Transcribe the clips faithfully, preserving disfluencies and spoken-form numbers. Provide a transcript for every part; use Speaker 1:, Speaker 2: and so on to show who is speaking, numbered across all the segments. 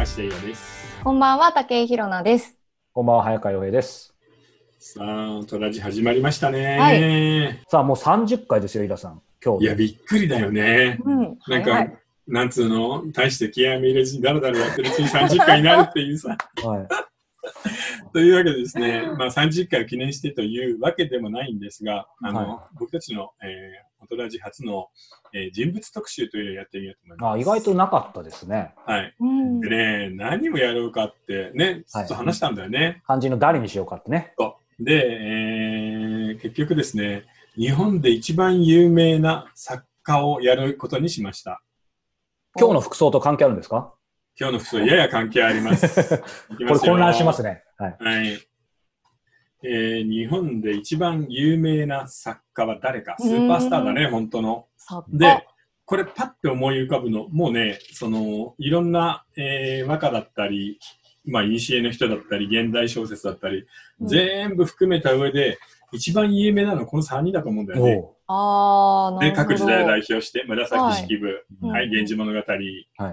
Speaker 1: 橋英也です。
Speaker 2: こんばんは、武井宏奈です。
Speaker 3: こんばんは、早川洋平です。
Speaker 1: さあ、トラジ始まりましたね。
Speaker 2: は
Speaker 1: い。
Speaker 3: さあ、もうさんじゅっかいですよ、イラさん。今日。
Speaker 1: いや、びっくりだよね。
Speaker 2: うん、
Speaker 1: なんか、
Speaker 2: はいはい、
Speaker 1: なんつうの、大して気合いも入れずにだらだらやってるうちにさんじゅっかいになるっていうさ。
Speaker 3: はい。
Speaker 1: というわけでですね、まあさんじゅっかいを記念してというわけでもないんですが、あの、はい、僕たちの、えー、トラジ初の、えー、人物特集というのをやってみようと思います。
Speaker 3: あ、意外となかったですね。
Speaker 1: はい。
Speaker 2: うん、
Speaker 1: でね、何をやろうかってね、ちょっと話したんだよね。はい、
Speaker 3: 肝心の誰にしようかってね。
Speaker 1: そうで、えー、結局ですね、日本で一番有名な作家をやることにしました。
Speaker 3: 今日の服装と関係あるんですか？
Speaker 1: 今日の服装、やや関係あります。
Speaker 3: これ混乱しますね。はい。
Speaker 1: はい。えー、日本で一番有名な作家は誰か。スーパースターだね、本当の。で、これパッて思い浮かぶの、もうね、その、いろんな、えー、和歌だったり、まあ、古の人だったり、現代小説だったり、うん、全部含めた上で、一番有名なのはこのさんにんだと思うんだよね。
Speaker 2: あ
Speaker 1: で、各時代を代表して、紫式部、はい、
Speaker 3: はい、
Speaker 1: 源氏物語、はい、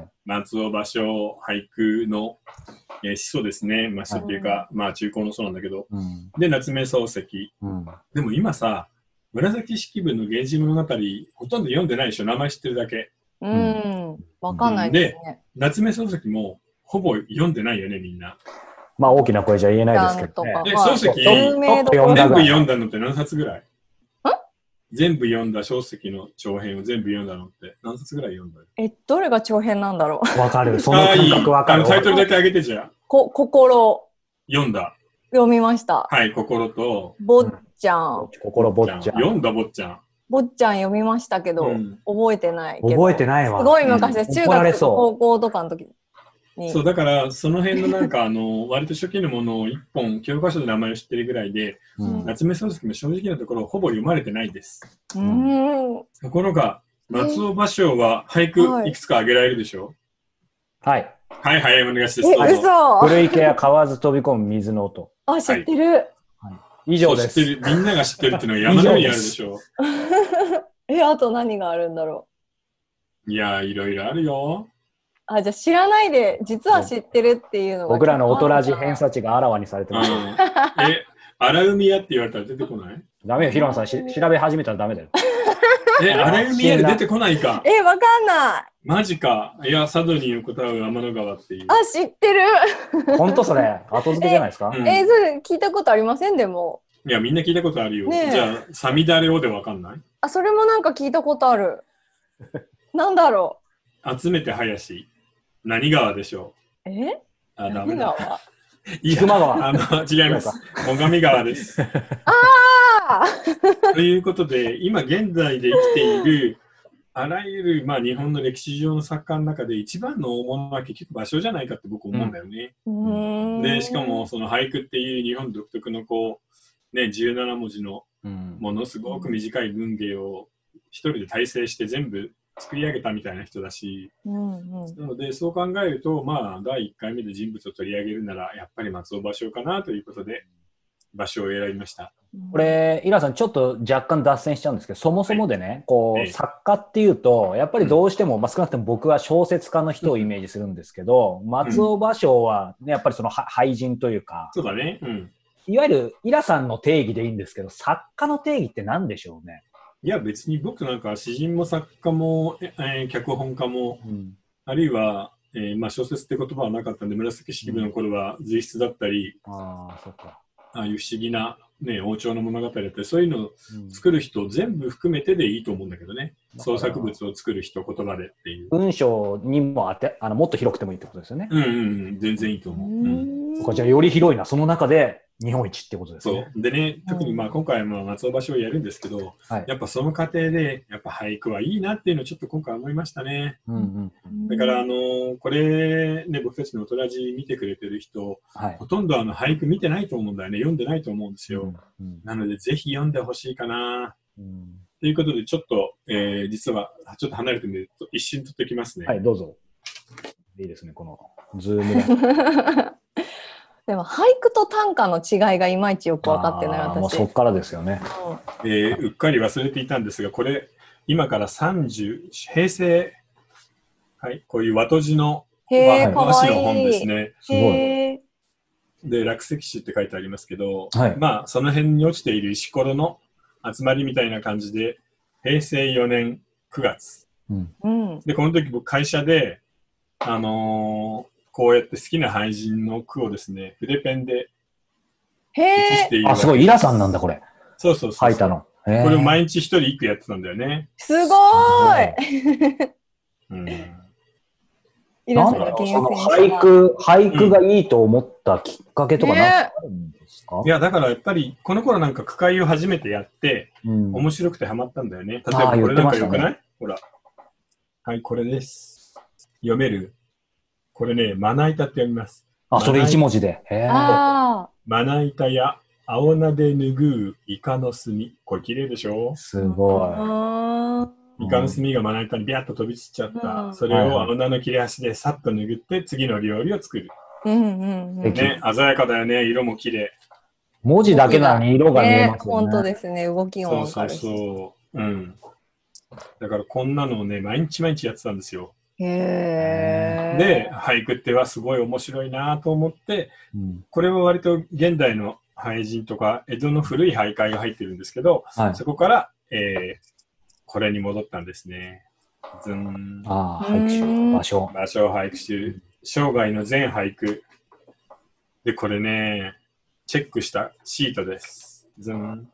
Speaker 1: 松尾芭蕉、俳句の、えー、始祖ですね。まあ、始祖っていうか、はい、まあ、中高の祖なんだけど、うん、で、夏目漱石、うん。でも今さ、紫式部の源氏物語、ほとんど読んでないでしょ。名前知ってるだけ。
Speaker 2: うん、わかんないですね。
Speaker 1: で、夏目漱石も、ほぼ読んでないよね、みんな。
Speaker 3: まあ、大きな声じゃ言えないですけど、ね。
Speaker 1: え、漱石、全部読んだのって何冊ぐらい？全部読んだ漱石の長編を全部読んだのって何冊ぐらい読んだ？
Speaker 2: え、どれが長編なんだろう。
Speaker 3: わかる。その感覚わかる。
Speaker 1: あ、タイトルだけ上げてじゃあ。
Speaker 2: こ、心。
Speaker 1: 読んだ。
Speaker 2: 読みました。
Speaker 1: はい、心と。
Speaker 2: 坊ちゃん。
Speaker 3: 心坊ちゃん。
Speaker 1: 読んだ坊ちゃん。
Speaker 2: 坊ちゃん読みましたけど、うん、覚えてないけど。
Speaker 3: 覚えてないわ。
Speaker 2: すごい昔です。うん、中学と高校とかの時に。
Speaker 1: そう、だからその辺のなんかあの、割と初期のものを一本、教科書で名前を知ってるぐらいで、うん、夏目漱石も正直なところほぼ読まれてないです。うん、ところが、松尾芭蕉は俳句いくつか挙げられるでしょ？
Speaker 3: はい。
Speaker 1: はいはい、お願いします。
Speaker 2: え、嘘。
Speaker 3: 古池や買わず飛び込む水の音。
Speaker 2: あ、知ってる。
Speaker 3: はい、以上です。
Speaker 1: 知ってる。みんなが知ってるっていうのは山のようにあるでしょ。
Speaker 2: え、あと何があるんだろ
Speaker 1: う。いや、いろいろあるよ。
Speaker 2: あ、じゃあ知らないで、実は知ってるっていうのが。
Speaker 3: 僕らの大人じ偏差値があらわにされてます。
Speaker 1: え、荒海屋って言われたら出てこない？
Speaker 3: ダメよ、ヒロンさんし、調べ始めたらダメだよ。
Speaker 1: え、荒海屋で出てこないか。
Speaker 2: え、わかんない。
Speaker 1: マジか。いや、佐渡に横たわる天の川っていう。
Speaker 2: あ、知ってる。
Speaker 3: ほんとそれ、後付けじゃないですか。
Speaker 2: え、うん、え、それ聞いたことありませんでも。
Speaker 1: いや、みんな聞いたことあるよ。じゃあ、さみだれをでわかんない？
Speaker 2: あ、それもなんか聞いたことある。なんだろ
Speaker 1: う。集めて林。何川でしょ
Speaker 2: う。え？
Speaker 1: あ、ダメだ。
Speaker 3: 千曲川。
Speaker 1: あの、違います。最上川です。
Speaker 2: ああ
Speaker 1: ということで、今現在で生きている、あらゆる、まあ、日本の歴史上の作家の中で一番の大物は結局芭蕉じゃないかって僕思うんだよね。うん、で、しかもその俳句っていう日本独特のこう、ね、じゅうななもじのものすごく短い文芸を一人で大成して全部作り上げたみたいな人だし、うんうん、なのでそう考えると、まあ、だいいっかいめで人物を取り上げるならやっぱり松尾芭蕉かなということで芭蕉を選びました。
Speaker 3: これ、イラさんちょっと若干脱線しちゃうんですけど、そもそもでね、はい、こう、ええ、作家っていうとやっぱりどうしても、うん、まあ、少なくとも僕は小説家の人をイメージするんですけど、うん、松尾芭蕉は、ね、やっぱりその俳人というか、
Speaker 1: そうだね、うん、
Speaker 3: いわゆるイラさんの定義でいいんですけど、作家の定義って何でしょうね。
Speaker 1: いや別に僕なんか詩人も作家も、えー、脚本家も、うん、あるいは、えーまあ、小説って言葉はなかったんで紫式部の頃は随筆だったり、うん、あ, そっかああいう不思議な、ね、王朝の物語だったりそういうのを作る人、うん、全部含めてでいいと思うんだけどね。創作物を作る人言葉でっていう
Speaker 3: 文章にも当てあのもっと広くてもいいってことですよね。
Speaker 1: うんうん、うん、全然いいと思う。
Speaker 3: うん、じゃあより広いな、その中で日本一ってことですね。
Speaker 1: そうでね、特にまあ今回は松尾芭蕉をやるんですけど、はい、やっぱその過程でやっぱ俳句はいいなっていうのをちょっと今回思いましたね。うんうんうん、だからあのー、これね僕たちの大人じ見てくれてる人、はい、ほとんどあの俳句見てないと思うんだよね。読んでないと思うんですよ。うんうん、なのでぜひ読んでほしいかな。うんということでちょっと、えー、実はちょっと離れてみると一瞬取ってきますね。
Speaker 3: はいどうぞ。いいですねこのズームで。
Speaker 2: でも俳句と短歌の違いがいまいちよく分かってない私。
Speaker 3: もうそっからですよね、
Speaker 1: うんえー。うっかり忘れていたんですが、これ今からさんじゅう、平成、はい、こういう和とじの
Speaker 2: へー、か
Speaker 1: 和紙の
Speaker 2: わいい。
Speaker 1: 本ですね。
Speaker 3: すごい。
Speaker 2: へ
Speaker 1: で、落石紙って書いてありますけど、
Speaker 3: はい
Speaker 1: まあ、その辺に落ちている石ころの集まりみたいな感じで、へいせいよねんくがつ。
Speaker 3: うん
Speaker 2: ー。うん。
Speaker 1: で、この時僕会社で、あのーこうやって好きな俳人の句をですね、筆ペンで写し
Speaker 2: へー、
Speaker 1: ているわけです。
Speaker 3: あ、すごい。イラさんなんだ、これ。
Speaker 1: そうそうそうそう。
Speaker 3: 書いたの。へー
Speaker 1: これを毎日一人一句やってたんだよね。
Speaker 2: すごーい。
Speaker 1: うん。
Speaker 2: イラ
Speaker 3: なんだ
Speaker 2: さんが厳
Speaker 3: ろうその
Speaker 2: 選した。
Speaker 3: 俳句、俳句がいいと思ったきっかけとかなんかあるんですか？
Speaker 1: いや、だからやっぱり、この頃なんか句会を初めてやって、
Speaker 3: うん
Speaker 1: 面白くてハマったんだよね。例え
Speaker 3: あー
Speaker 1: ばこれなんかよく
Speaker 3: 言ってましたね
Speaker 1: ない？ほら。はい、これです。読める？これね、まな板って読みます。
Speaker 3: あ、それ一文字で。へー
Speaker 2: あ
Speaker 1: まな板や青菜で拭うイカの墨。これ綺麗でしょ？
Speaker 3: す
Speaker 2: ー。
Speaker 3: ごい。
Speaker 2: あ
Speaker 1: イカの墨がまな板にビャッと飛び散っちゃった。
Speaker 2: うん
Speaker 1: それを
Speaker 3: はいはい
Speaker 1: 青菜の切れ端でさっと拭って次の料理を作る。
Speaker 2: ー。うんうんうん。
Speaker 3: 素敵
Speaker 1: ね、鮮やかだよね。色も綺麗。
Speaker 3: 文字だけなのに色が見えますよね。
Speaker 2: 本当ですね。動きも
Speaker 1: そうそう
Speaker 2: わかるし。
Speaker 1: そう。うん。だからこんなのをね、毎日毎日やってたんですよ。
Speaker 2: へー。
Speaker 1: で、俳句ってはすごい面白いなと思って、
Speaker 3: うん
Speaker 1: これは割と現代の俳人とか江戸の古い俳諧が入ってるんですけど、
Speaker 3: はい
Speaker 1: そこから、えーこれに戻ったんですね。ずん。
Speaker 3: ああ、俳句集、場所。
Speaker 1: 場所俳句集、生涯の全俳句。で、これね、チェックしたシートです。ずん。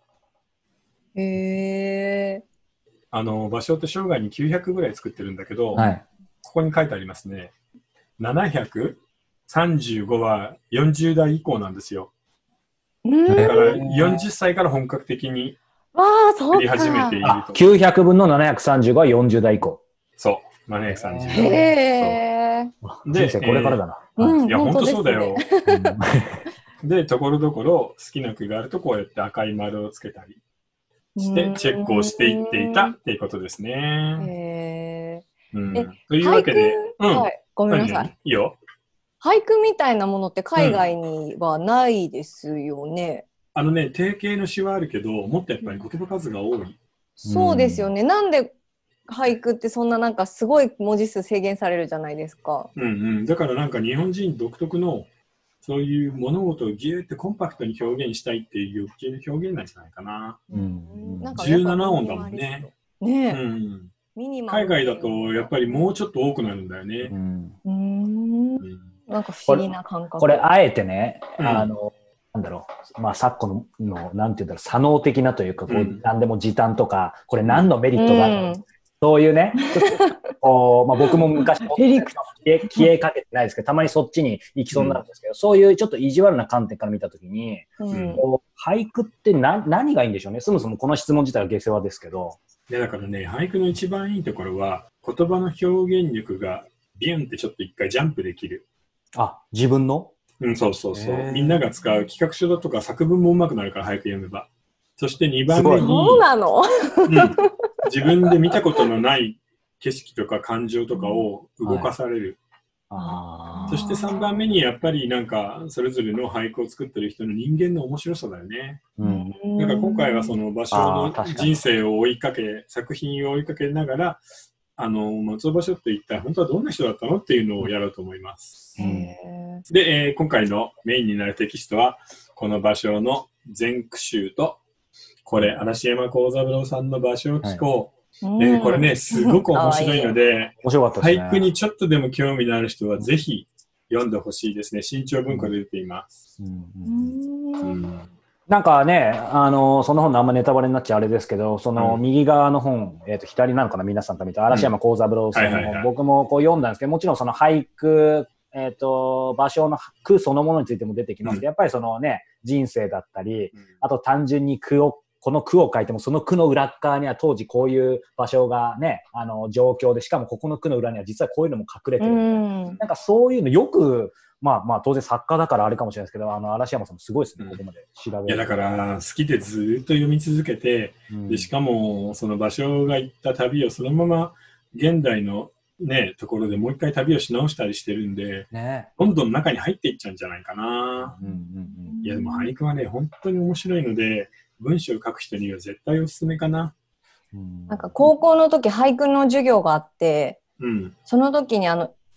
Speaker 2: へー。
Speaker 1: あの、場所って生涯にきゅうひゃくぐらい作ってるんだけど、
Speaker 3: はい。
Speaker 1: ここに書いてありますね。ななひゃくさんじゅうごはよんじゅう代以降なんですよ。
Speaker 2: うん。
Speaker 1: だから
Speaker 3: へー
Speaker 1: よんじゅっさいから本格的に
Speaker 2: わあ、そう
Speaker 1: 作り始めている
Speaker 3: あ、
Speaker 1: と。
Speaker 3: きゅうひゃくぶんのななひゃくさんじゅうごはよんじゅう代以降。
Speaker 1: そう。ななひゃくさんじゅう。
Speaker 2: へー。
Speaker 1: で
Speaker 3: 人生これからだな。
Speaker 2: うん
Speaker 1: いや、本当そうだよ。
Speaker 3: うん
Speaker 1: で、ところどころ好きな句があるとこうやって赤い丸をつけたりしてチェックをしていっていたっていうことですね。
Speaker 2: へ
Speaker 1: うん
Speaker 2: え
Speaker 1: というわけで、
Speaker 2: ー。
Speaker 1: うん。
Speaker 2: はい。ごめんなさ
Speaker 1: 何々
Speaker 2: い。
Speaker 1: いいよ。
Speaker 2: 俳句みたいなものって海外にはないですよね。
Speaker 1: あのね、定型の詩はあるけど、もっとやっぱり言葉数が多い。
Speaker 2: そうですよね。なんで俳句ってそんななんかすごい文字数制限されるじゃないですか。
Speaker 1: うんうん。だからなんか日本人独特のそういう物事をギューってコンパクトに表現したいっていう欲求の表現なんじゃないかな。
Speaker 3: うん
Speaker 2: なんか
Speaker 1: じゅうなな音だもんね。う
Speaker 2: ねえ、
Speaker 1: ん。
Speaker 2: ミニマム
Speaker 1: 海外だとやっぱりもうちょっと多くなるんだよ
Speaker 3: う
Speaker 1: ね。
Speaker 3: ん
Speaker 2: うーん。
Speaker 1: うん
Speaker 2: なんか不思議な感覚。
Speaker 3: これ、あえてね、
Speaker 1: うん
Speaker 3: あの、なんだろう、まあ、昨今の、のなんていうんだろう、左脳的なというか、こう、
Speaker 1: うん
Speaker 3: 何でも時短とか、これ何のメリットがあるの、
Speaker 2: うん
Speaker 3: そういうね、こうまあ、僕も昔、
Speaker 2: ヘリク
Speaker 3: 消え消えかけてないですけど、たまにそっちに行きそうになるんですけど、そういうちょっと意地悪な観点から見たときに、
Speaker 2: うん
Speaker 3: こう俳句ってな何がいいんでしょうね。そもそもこの質問自体は下世話ですけど。
Speaker 1: でだからね、俳句の一番いいところは、言葉の表現力がビュンってちょっと一回ジャンプできる。
Speaker 3: あ、自分の
Speaker 1: うん、そうそうそう。
Speaker 3: へー
Speaker 1: みんなが使う企画書だとか作文もうまくなるから俳句読めば。そしてにばん
Speaker 3: すご
Speaker 1: 目に、
Speaker 2: そうなの？
Speaker 1: うん、自分で見たことのない景色とか感情とかを動かされる。
Speaker 3: あ
Speaker 1: そしてさんばんめにやっぱりなんかそれぞれの俳句を作ってる人の人間の面白さだよね。
Speaker 3: ーうん
Speaker 1: だから今回はその場所の
Speaker 3: あー確かに
Speaker 1: 人生を追いかけ、作品を追いかけながら、あの、松尾芭蕉って一体本当はどんな人だったのっていうのをやろうと思います。
Speaker 3: うん
Speaker 2: へー
Speaker 1: で、えー今回のメインになるテキストは、この芭蕉の全句集と、これ、嵐山幸三郎さんの芭蕉紀行。
Speaker 2: うん
Speaker 1: えーこれね、すごく面白いので、
Speaker 3: 面白かったですね。
Speaker 1: 俳句にちょっとでも興味のある人はぜひ読んでほしいですね。新潮文庫で出ています。
Speaker 3: うん
Speaker 2: う
Speaker 3: うん
Speaker 2: ん
Speaker 1: うん
Speaker 3: なんかね、あの、その本のあんまネタバレになっちゃあれですけど、その
Speaker 1: うん
Speaker 3: 右側の本、えっ、と、左なのかな、皆さんから見た、嵐山幸三郎さんの本、
Speaker 1: はいはいはい
Speaker 3: 僕もこう読んだんですけど、もちろんその俳句、えっ、と、芭蕉の句そのものについても出てきますけど、
Speaker 1: うん
Speaker 3: やっぱりそのね、人生だったり、
Speaker 1: うん
Speaker 3: あと単純に句を、この句を書いても、その句の裏っ側には当時こういう芭蕉がね、あの、状況で、しかもここの句の裏には実はこういうのも隠れて
Speaker 2: う
Speaker 3: るみたいな。
Speaker 2: ん
Speaker 3: なんかそういうのよく、まあまあ当然作家だからあれかもしれないですけど、あの、嵐山さんもすごいですね、
Speaker 1: うん
Speaker 3: ここまで調べる。
Speaker 1: いやだから好きでずーっと読み続けて、
Speaker 3: うん
Speaker 1: でしかもその芭蕉が行った旅をそのまま現代のねところでもう一回旅をし直したりしてるんで、
Speaker 3: ね
Speaker 1: どんどん中に入っていっちゃうんじゃないかな。
Speaker 3: うんうん
Speaker 1: いやでも俳句はね本当に面白いので、文章を書く人には絶対おすすめかな。
Speaker 3: うん
Speaker 2: なんか高校の時俳句の授業があって、
Speaker 1: うん。
Speaker 2: その時にあの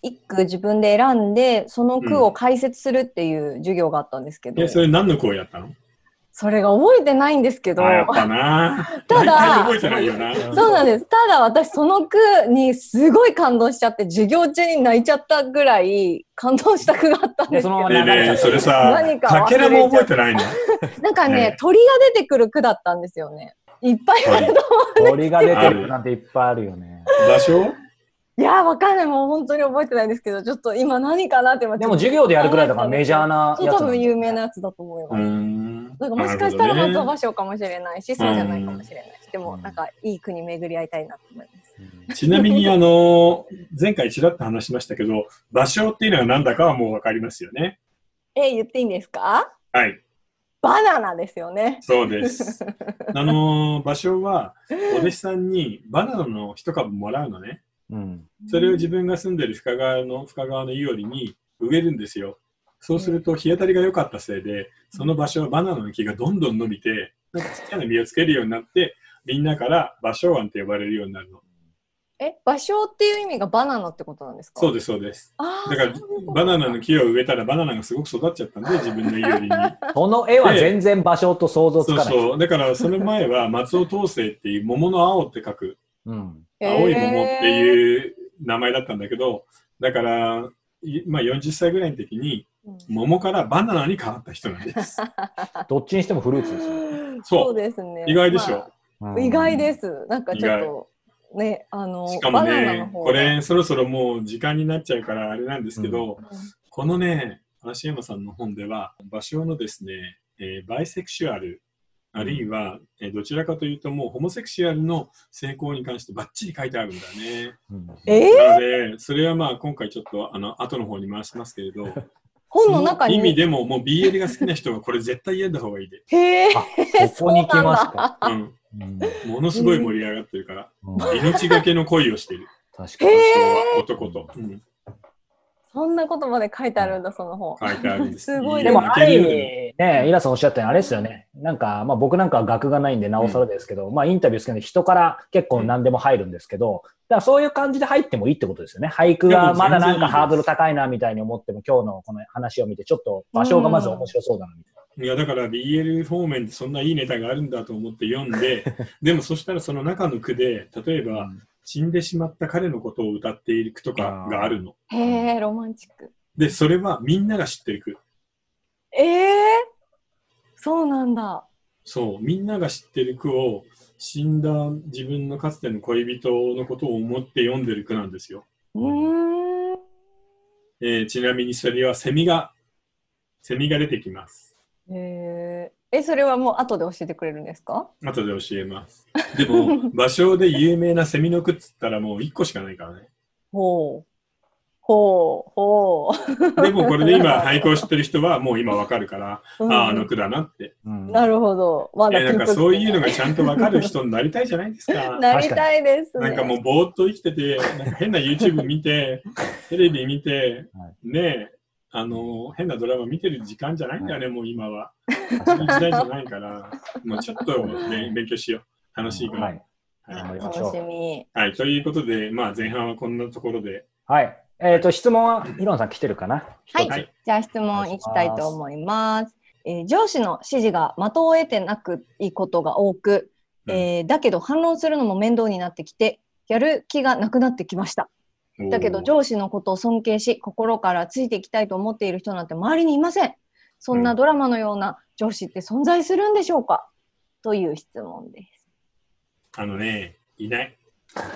Speaker 2: 一句自分で選んでその句を解説するっていう授業があったんですけど、
Speaker 1: うん、えそれ何の句をやったの？
Speaker 2: それが覚えてないんですけど、
Speaker 1: あやっぱな
Speaker 2: ただ
Speaker 1: 覚えてないよな。
Speaker 2: そうなんです。ただ私その句にすごい感動しちゃって授業中に泣いちゃったぐらい感動した句があったんですけど、
Speaker 1: ねえねえそれさかけらも覚えてないの？
Speaker 2: なんかね、ね鳥が出てくる句だったんですよね。いっぱいあると思うんですけど。
Speaker 3: 鳥が出てるなんていっぱいあるよね。
Speaker 1: 場所？
Speaker 2: いやわかんない、もう本当に覚えてないんですけど、ちょっと今何かなって。
Speaker 3: でも授業でやるくらいだからメジャーなやつ。
Speaker 2: 多分有名なやつだと思います。なんかもしかしたら松尾芭蕉かもしれないし、そうじゃないかもしれないし、でもなんかいい国巡り合いたいなと思います。
Speaker 1: ちなみにあの前回ちらっと話しましたけど、芭蕉っていうのは何だかはもうわかりますよね。
Speaker 2: え、言っていいんですか？はい。バナナですよね。
Speaker 1: そうです。あの芭蕉はお弟子さんにバナナの一株もらうのね。うん、それを自分が住んでる深川の深川のいおりに植えるんですよ。そうすると日当たりが良かったせいで、その場所はバナナの木がどんどん伸びて、なんかちっちゃな実をつけるようになって、みんなから芭蕉庵って呼ばれるようになるの。
Speaker 2: え、芭蕉っていう意味がバナナってことなんですか？
Speaker 1: そうですそうです。だからバナナの木を植えたらバナナがすごく育っちゃったんで、自分のいおりに。
Speaker 3: その絵は全然芭蕉と想像つかない。
Speaker 1: そうそう。だからその前は松尾東生っていう桃の青って書く。うん、青い桃っていう名前だったんだけど、だから、まあ、よんじゅっさいぐらいの時に桃からバナナに変わった人なんです。
Speaker 3: どっちにしてもフルーツですよ。
Speaker 1: そう、
Speaker 2: そうですね。
Speaker 1: 意外でしょ、
Speaker 2: まあ、意外です。なんかちょっとね、あの
Speaker 1: しかもね、これそろそろもう時間になっちゃうからあれなんですけど、うん、このね、嵐山さんの本では芭蕉のですね、えー、バイセクシュアルあるいは、えー、どちらかというともうホモセクシュアルの成功に関してバッチリ書いてあるんだね。うん、えー、なのでそれはまあ今回ちょっとあの後の方に回しますけれど、
Speaker 2: 本の中に
Speaker 1: 意味でももう ビーエル が好きな人はこれ絶対読んだ方がいいで。
Speaker 2: へ
Speaker 3: え、そこに来ますか。
Speaker 1: うん、うん、ものすごい盛り上がってるから、うん、命がけの恋をしている。
Speaker 3: 確かに。
Speaker 1: 男と。うん、
Speaker 2: そんなことまで書いてあるんだ、その本。
Speaker 1: 書いてあるんです。
Speaker 2: すごい。
Speaker 3: でも、ある意味、ね、イラさんおっしゃったように、あれですよね。なんか、まあ僕なんかは学がないんで、なおさらですけど、うん、まあインタビューですけど、人から結構何でも入るんですけど、だからそういう感じで入ってもいいってことですよね。俳句がまだなんかハードル高いなみたいに思っても、今日のこの話を見て、ちょっと芭蕉がまず面白そうだなみたいな。
Speaker 1: いや、だから ビーエル 方面でそんないいネタがあるんだと思って読んで、でもそしたらその中の句で、例えば、うん、死んでしまった彼のことを歌っている句とかがあるの。
Speaker 2: へー、ロマンチック。
Speaker 1: で、それはみんなが知ってる句。
Speaker 2: えー、そうなんだ。
Speaker 1: そう、みんなが知ってる句を死んだ自分のかつての恋人のことを思って読んでる句なんですよ。うーん、えー、ちなみにそれはセミが、セミが出てきます。
Speaker 2: えー、え、それはもう後で教えてくれるんですか？
Speaker 1: 後で教えます。でも、芭蕉で有名なセミの句っつったらもういっこしかないからね。
Speaker 2: ほう。ほう、ほ
Speaker 1: う。でもこれで今俳句を知ってる人はもう今わかるから、うん、ああ、あの句だなって。
Speaker 2: うん、なるほど。
Speaker 1: まだなんかそういうのがちゃんとわかる人になりたいじゃないですか。
Speaker 2: なりたいですね。
Speaker 1: なんかもうぼーっと生きてて、なんか変な YouTube 見て、テレビ見て、ねえ、あの、変なドラマ見てる時間じゃないんだよね、もう今は。そういう時代じゃないから、もうちょっと、ね、勉強しよう。楽しいから。はい。
Speaker 2: はい、楽しみ。
Speaker 1: はい、ということで、まあ前半はこんなところで。
Speaker 3: はい。えっと、質問は、ヒロンさん来てるかな？
Speaker 2: はい。じゃあ質問いきたいと思います。えー、上司の指示が的を得てなくいいことが多く、えー、だけど反論するのも面倒になってきて、やる気がなくなってきました。だけど上司のことを尊敬し、心からついていきたいと思っている人なんて周りにいません。そんなドラマのような上司って存在するんでしょうか？という質問です。
Speaker 1: あのね、いない。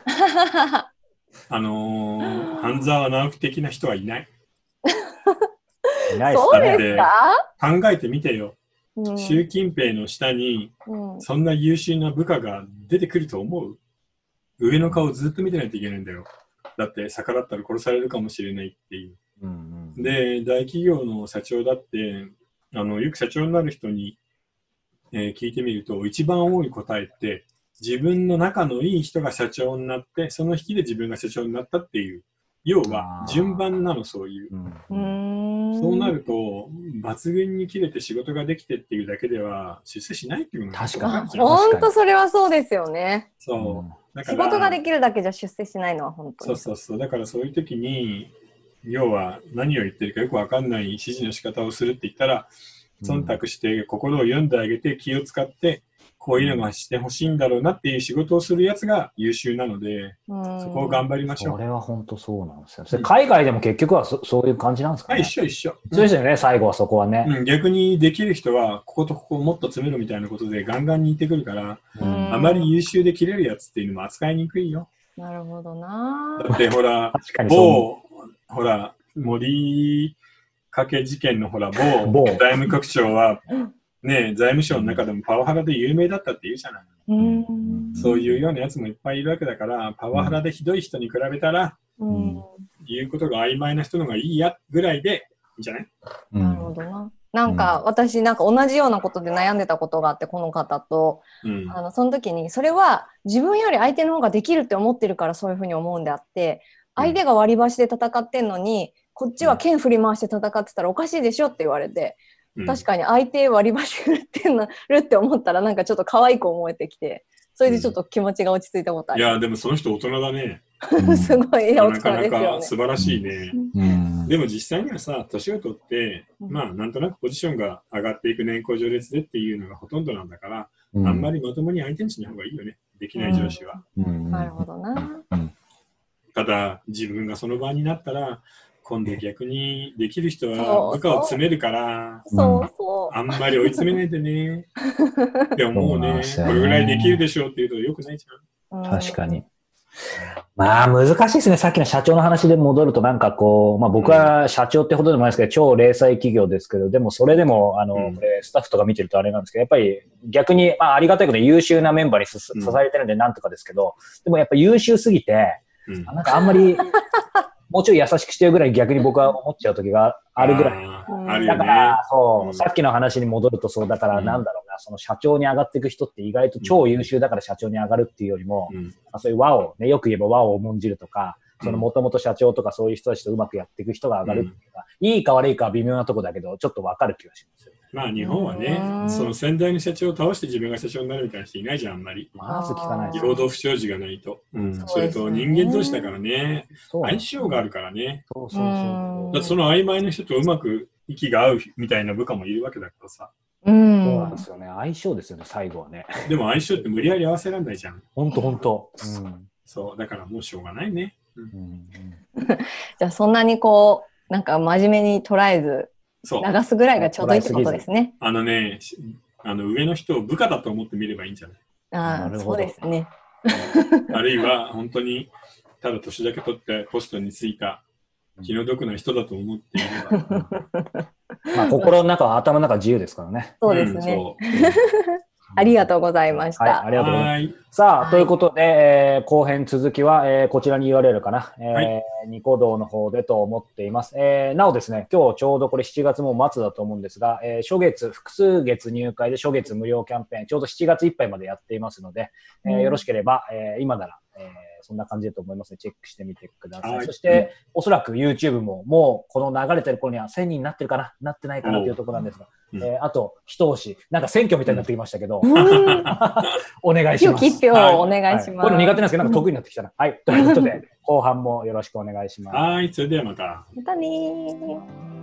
Speaker 1: あのー、半沢直樹的な人はいない。
Speaker 2: いないですか？そうですか？
Speaker 1: 考えてみてよ。うん、習近平の下に、うん、そんな優秀な部下が出てくると思う？上の顔をずっと見てないといけないんだよ。だって逆らったら殺されるかもしれないっていう。うんうん、で、大企業の社長だって、あの、よく社長になる人に、えー、聞いてみると、一番多い答えって、自分の仲のいい人が社長になって、その引きで自分が社長になったっていう、要は順番なの、そういう。うん、そうなると、抜群に切れて仕事ができてっていうだけでは出世しないっていうのが
Speaker 3: 確かに。
Speaker 2: 本当それはそうですよね。
Speaker 1: そう。
Speaker 2: だから仕事ができるだけじゃ出世しないのは本当に。
Speaker 1: そうそうそう。だからそういう時に、 要は何を言ってるかよくわかんない指示の仕方をするって言ったら、忖度して心を読んであげて気を使って、こういうのがしてほしいんだろうなっていう仕事をするやつが優秀なので、そこを頑張りましょう。
Speaker 3: これは本当そうなんですよ。それ海外でも結局は そ, そういう感じなんですかね。
Speaker 1: 一緒一緒。
Speaker 3: そうですよね、最後はそこはね、
Speaker 1: うん。逆にできる人は、こことここをもっと詰めろみたいなことでガンガンに言ってくるから、うん、あまり優秀で切れるやつっていうのも扱いにくいよ。
Speaker 2: なるほどな。
Speaker 1: だってほら、某、ほら、森掛事件のほら、某財務局長は、ね、財務省の中でもパワハラで有名だったって言うじゃない。うん、そういうようなやつもいっぱいいるわけだから、パワハラでひどい人に比べたら、うん、言うことが曖昧な人の方がいいやぐらいでいいんじゃない？
Speaker 2: なるほどな。なんか、うん、私なんか同じようなことで悩んでたことがあって、この方と、うん、あのその時にそれは自分より相手の方ができるって思ってるからそういうふうに思うんであって、相手が割り箸で戦ってんのにこっちは剣振り回して戦ってたらおかしいでしょって言われて、うん、確かに相手割り箸振ってんのるって思ったらなんかちょっと可愛く思えてきて、それでちょっと気持ちが落ち着いたことある、
Speaker 1: うん、いやでもその人大人だね
Speaker 2: すごい、いや、大人ですよね。
Speaker 1: なかなか素晴らしいね、うん、でも実際にはさ、年を取って、うん、まあなんとなくポジションが上がっていく年功序列でっていうのがほとんどなんだから、うん、あんまりまともに相手にしない方がいいよね、できない上司は、
Speaker 2: うんうん、なるほどな、うん、
Speaker 1: ただ自分がその場になったら今度逆にできる人は部下を詰めるから
Speaker 2: そうそう
Speaker 1: あんまり追い詰めないでねって思うね。これぐらいできるでしょうっていうとよくないじ
Speaker 3: ゃん。確かに。まあ難しいですね。さっきの社長の話で戻るとなんかこう、まあ僕は社長ってほどでもないですけど、超零細企業ですけど、でもそれでもあの、うん、これスタッフとか見てるとあれなんですけど、やっぱり逆に、まあありがたいことに優秀なメンバーに支えられてるんでなんとかですけど、でもやっぱ優秀すぎて、うん、なんかあんまり、もうちょい優しくしてるぐらい逆に僕は思っちゃう時があるぐらい。
Speaker 1: あるよね。
Speaker 3: だから、そう、うん、さっきの話に戻るとそう、だからなんだろうな、うん、その社長に上がっていく人って意外と超優秀だから社長に上がるっていうよりも、うん、そういう和を、ね、よく言えば和を重んじるとか、そのもともと社長とかそういう人たちとうまくやっていく人が上がるっていうか、うん、いいか悪いかは微妙なとこだけど、ちょっとわかる気がしますよね。
Speaker 1: まあ日本はね、その先代の社長を倒して自分が社長になるみたいな人いないじゃん、あんまり。
Speaker 3: まず聞かないです、
Speaker 1: ね。労働不祥事がないと。うん。それと人間同士だからね、相性があるからね。
Speaker 3: そうそうそう。
Speaker 1: だってその曖昧な人とうまく息が合うみたいな部下もいるわけだからさ。
Speaker 3: うん。そうなんですよね。相性ですよね、最後はね。
Speaker 1: でも相性って無理やり合わせられないじゃん。
Speaker 3: ほんとほんと。うん。
Speaker 1: そう、だからもうしょうがないね。うんうん、
Speaker 2: じゃあそんなにこう、なんか真面目に捉えず、流すぐらいがちょうどいいってことですね。
Speaker 1: あのね、あの上の人を部下だと思ってみればいいんじゃない？
Speaker 2: ああ、そうですね。
Speaker 1: あるいは本当にただ年だけ取ってポストに就いた気の毒な人だと思っていれば。
Speaker 3: まあ心の中は頭の中は自由ですからね。
Speaker 2: そうですね。うんありがとうございました。はい、
Speaker 3: ありがとうございます。さあ、はい、ということで、えー、後編続きは、えー、こちらに ユーアールエル かな、えーはい、ニコ動の方でと思っています。えー、なおですね、今日ちょうどこれしちがつも末だと思うんですが、えー、初月、複数月入会で初月無料キャンペーン、ちょうどしちがついっぱいまでやっていますので、えー、よろしければ、えー、今なら、えーそんな感じだと思いますので、チェックしてみてください。はい、そして、うん、おそらく YouTube ももうこの流れてる頃にはせんにんになってるかな、なってないかなというところなんですが、うん、えー、あと一押し、なんか選挙みたいになってきましたけど、うん、お願いします。
Speaker 2: 一票お願いします。はい、
Speaker 3: これ苦手なんですけど、なんか得意になってきたな。はい、ということで、後半もよろしくお願いします。
Speaker 1: はい、それではまた。
Speaker 2: またねー。